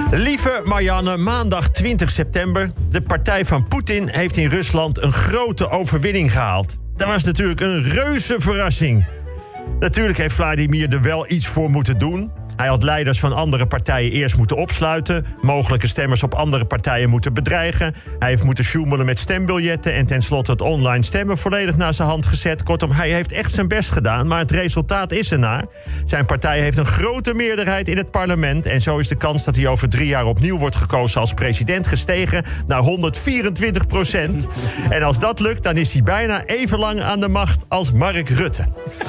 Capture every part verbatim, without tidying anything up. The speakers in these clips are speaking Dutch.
Lieve Marianne, maandag twintig september. De partij van Poetin heeft in Rusland een grote overwinning gehaald. Dat was natuurlijk een reuze verrassing. Natuurlijk heeft Vladimir er wel iets voor moeten doen. Hij had leiders van andere partijen eerst moeten opsluiten, mogelijke stemmers op andere partijen moeten bedreigen. Hij heeft moeten sjoemelen met stembiljetten en tenslotte het online stemmen volledig naar zijn hand gezet. Kortom, hij heeft echt zijn best gedaan, maar het resultaat is ernaar. Zijn partij heeft een grote meerderheid in het parlement en zo is de kans dat hij over drie jaar opnieuw wordt gekozen als president gestegen naar honderdvierentwintig procent. En als dat lukt, dan is hij bijna even lang aan de macht als Mark Rutte.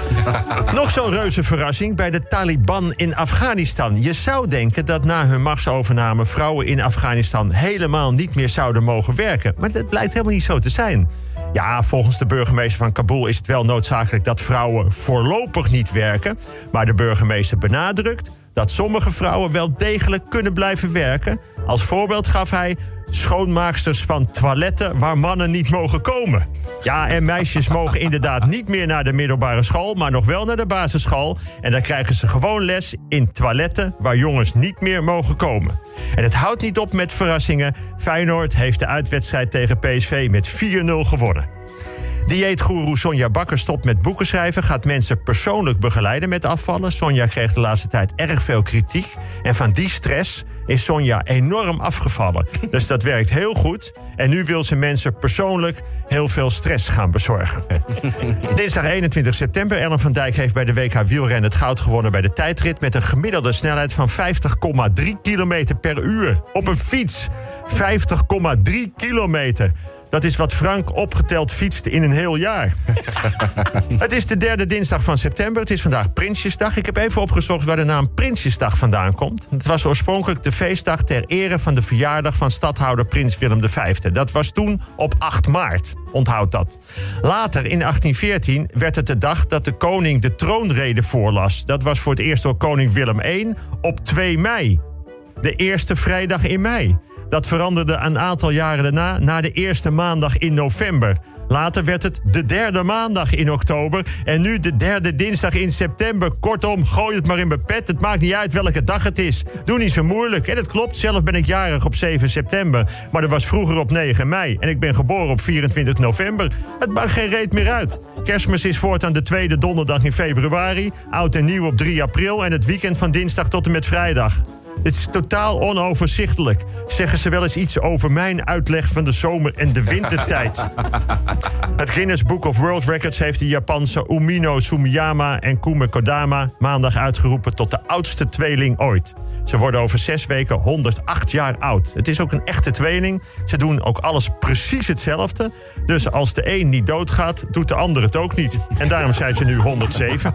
Nog zo'n reuze verrassing bij de Taliban in Afghanistan. Afghanistan. Je zou denken dat na hun machtsovername vrouwen in Afghanistan helemaal niet meer zouden mogen werken. Maar dat blijkt helemaal niet zo te zijn. Ja, volgens de burgemeester van Kabul is het wel noodzakelijk dat vrouwen voorlopig niet werken. Maar de burgemeester benadrukt dat sommige vrouwen wel degelijk kunnen blijven werken. Als voorbeeld gaf hij schoonmaaksters van toiletten waar mannen niet mogen komen. Ja, en meisjes mogen inderdaad niet meer naar de middelbare school, maar nog wel naar de basisschool. En dan krijgen ze gewoon les in toiletten waar jongens niet meer mogen komen. En het houdt niet op met verrassingen. Feyenoord heeft de uitwedstrijd tegen P S V met vier nul gewonnen. Dieetgoeroe Sonja Bakker stopt met boeken schrijven, gaat mensen persoonlijk begeleiden met afvallen. Sonja kreeg de laatste tijd erg veel kritiek. En van die stress is Sonja enorm afgevallen. Dus dat werkt heel goed. En nu wil ze mensen persoonlijk heel veel stress gaan bezorgen. Dinsdag eenentwintig september. Ellen van Dijk heeft bij de W K wielrennen het goud gewonnen bij de tijdrit met een gemiddelde snelheid van vijftig komma drie kilometer per uur. Op een fiets. vijftig komma drie kilometer. Dat is wat Frank opgeteld fietst in een heel jaar. Het is de derde dinsdag van september. Het is vandaag Prinsjesdag. Ik heb even opgezocht waar de naam Prinsjesdag vandaan komt. Het was oorspronkelijk de feestdag ter ere van de verjaardag van stadhouder Prins Willem de Vijfde. Dat was toen op acht maart. Onthoud dat. Later, in achttien veertien, werd het de dag dat de koning de troonrede voorlas. Dat was voor het eerst door koning Willem de Eerste op twee mei. De eerste vrijdag in mei. Dat veranderde een aantal jaren daarna naar de eerste maandag in november. Later werd het de derde maandag in oktober. En nu de derde dinsdag in september. Kortom, gooi het maar in mijn pet. Het maakt niet uit welke dag het is. Doe niet zo moeilijk. En het klopt, zelf ben ik jarig op zeven september. Maar dat was vroeger op negen mei. En ik ben geboren op vierentwintig november. Het maakt geen reet meer uit. Kerstmis is voortaan de tweede donderdag in februari. Oud en nieuw op drie april. En het weekend van dinsdag tot en met vrijdag. Het is totaal onoverzichtelijk. Zeggen ze wel eens iets over mijn uitleg van de zomer- en de wintertijd. Het Guinness Book of World Records heeft de Japanse Umino Sumiyama en Kume Kodama maandag uitgeroepen tot de oudste tweeling ooit. Ze worden over zes weken honderdacht jaar oud. Het is ook een echte tweeling. Ze doen ook alles precies hetzelfde. Dus als de een niet doodgaat, doet de ander het ook niet. En daarom zijn ze nu honderdzeven.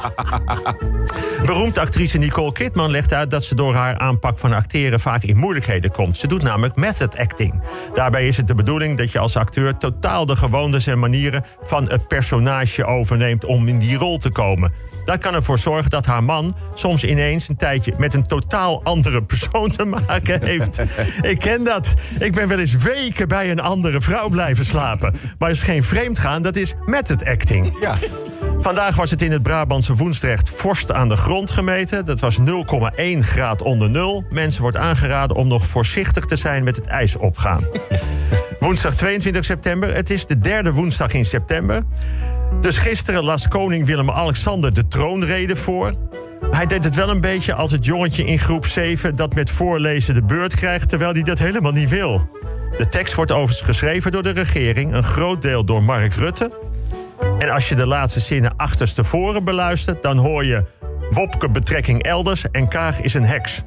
Beroemde actrice Nicole Kidman legt uit dat ze door haar aanpak van acteren vaak in moeilijkheden komt. Ze doet namelijk method acting. Daarbij is het de bedoeling dat je als acteur totaal de gewoontes en manieren van het personage overneemt om in die rol te komen. Dat kan ervoor zorgen dat haar man soms ineens een tijdje met een totaal andere persoon te maken heeft. Ik ken dat. Ik ben wel eens weken bij een andere vrouw blijven slapen. Maar is geen vreemdgaan, dat is method acting. Ja. Vandaag was het in het Brabantse Woensdrecht vorst aan de grond gemeten. Dat was nul komma één graad onder nul. Mensen wordt aangeraden om nog voorzichtig te zijn met het ijs opgaan. Woensdag tweeëntwintig september. Het is de derde woensdag in september. Dus gisteren las koning Willem-Alexander de troonrede voor. Hij deed het wel een beetje als het jongetje in groep zeven... dat met voorlezen de beurt krijgt, terwijl hij dat helemaal niet wil. De tekst wordt overigens geschreven door de regering. Een groot deel door Mark Rutte. En als je de laatste zinnen achterstevoren beluistert, dan hoor je Wopke betrekking elders en Kaag is een heks.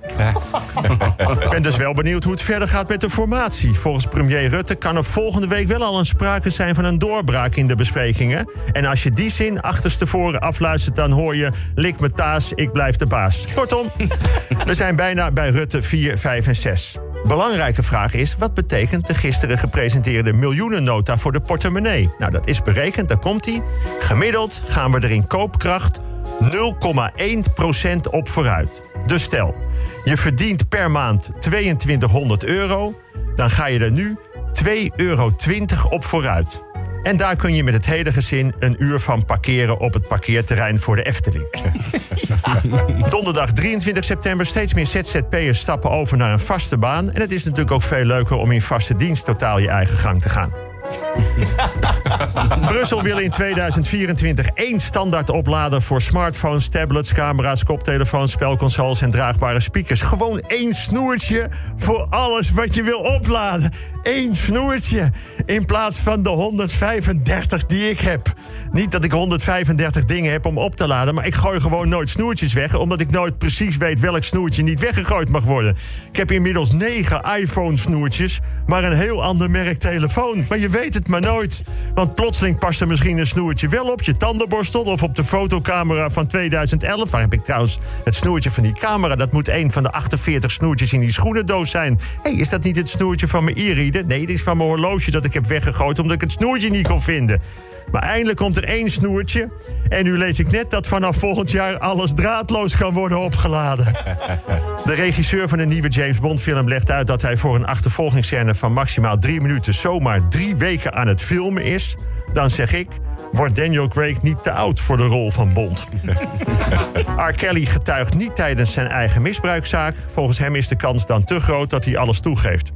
Ik ben dus wel benieuwd hoe het verder gaat met de formatie. Volgens premier Rutte kan er volgende week wel al een sprake zijn van een doorbraak in de besprekingen. En als je die zin achterstevoren afluistert, dan hoor je lik me taas, ik blijf de baas. Kortom, we zijn bijna bij Rutte vier, vijf en zes. Belangrijke vraag is, wat betekent de gisteren gepresenteerde miljoenennota voor de portemonnee? Nou, dat is berekend, daar komt-ie. Gemiddeld gaan we er in koopkracht nul komma één procent op vooruit. Dus stel, je verdient per maand tweeëntwintighonderd euro... dan ga je er nu twee euro twintig op vooruit. En daar kun je met het hele gezin een uur van parkeren op het parkeerterrein voor de Efteling. Donderdag drieëntwintig september. Steeds meer Z Z P'ers stappen over naar een vaste baan. En het is natuurlijk ook veel leuker om in vaste dienst totaal je eigen gang te gaan. Brussel wil in tweeduizend vierentwintig één standaard oplader voor smartphones, tablets, camera's, koptelefoons, spelconsoles en draagbare speakers. Gewoon één snoertje voor alles wat je wil opladen. Eén snoertje in plaats van de honderdvijfendertig die ik heb. Niet dat ik honderdvijfendertig dingen heb om op te laden, maar ik gooi gewoon nooit snoertjes weg, omdat ik nooit precies weet welk snoertje niet weggegooid mag worden. Ik heb inmiddels negen iPhone-snoertjes, maar een heel ander merk telefoon. Maar je weet het maar nooit. Want plotseling past er misschien een snoertje wel op je tandenborstel of op de fotocamera van tweeduizend elf. Waar heb ik trouwens het snoertje van die camera? Dat moet een van de achtenveertig snoertjes in die schoenendoos zijn. Hé, hey, is dat niet het snoertje van mijn e-reader? Nee, dit is van mijn horloge dat ik heb weggegooid omdat ik het snoertje niet kon vinden. Maar eindelijk komt er één snoertje. En nu lees ik net dat vanaf volgend jaar alles draadloos kan worden opgeladen. De regisseur van de nieuwe James Bond film legt uit dat hij voor een achtervolgingsscène van maximaal drie minuten zomaar drie weken aan het filmen is. Dan zeg ik, wordt Daniel Craig niet te oud voor de rol van Bond? R. Kelly getuigt niet tijdens zijn eigen misbruikzaak. Volgens hem is de kans dan te groot dat hij alles toegeeft.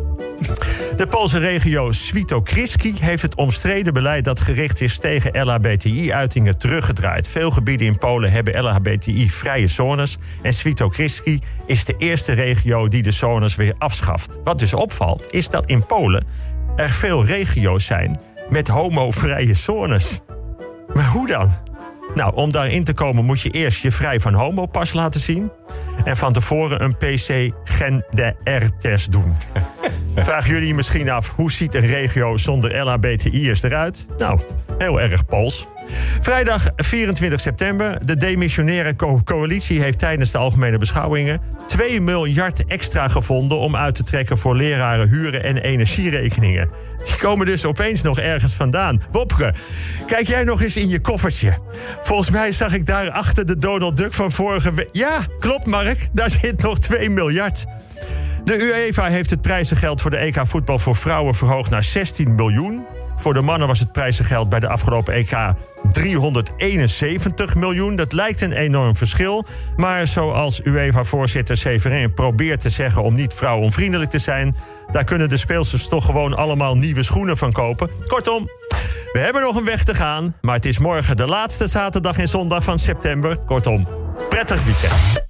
De Poolse regio Świętokrzyskie heeft het omstreden beleid dat gericht is tegen L H B T I-uitingen teruggedraaid. Veel gebieden in Polen hebben L H B T I-vrije zones. En Świętokrzyskie is de eerste regio die de zones weer afschaft. Wat dus opvalt, is dat in Polen er veel regio's zijn met homovrije zones. Maar hoe dan? Nou, om daarin te komen moet je eerst je vrij van homo-pas laten zien. En van tevoren een P C-Gen-D-R-test doen. Vragen jullie misschien af, hoe ziet een regio zonder L H B T I'ers eruit? Nou, heel erg Pools. Vrijdag vierentwintig september. De demissionaire co- coalitie heeft tijdens de algemene beschouwingen twee miljard extra gevonden om uit te trekken voor leraren, huren en energierekeningen. Die komen dus opeens nog ergens vandaan. Wopke, kijk jij nog eens in je koffertje. Volgens mij zag ik daar achter de Donald Duck van vorige week. Ja, klopt Mark, daar zit nog twee miljard. De UEFA heeft het prijzengeld voor de E K voetbal voor vrouwen verhoogd naar zestien miljoen. Voor de mannen was het prijzengeld bij de afgelopen E K driehonderdeenenzeventig miljoen. Dat lijkt een enorm verschil. Maar zoals UEFA-voorzitter Severin probeert te zeggen om niet vrouwenvriendelijk te zijn, daar kunnen de speelsters toch gewoon allemaal nieuwe schoenen van kopen. Kortom, we hebben nog een weg te gaan. Maar het is morgen de laatste zaterdag en zondag van september. Kortom, prettig weekend.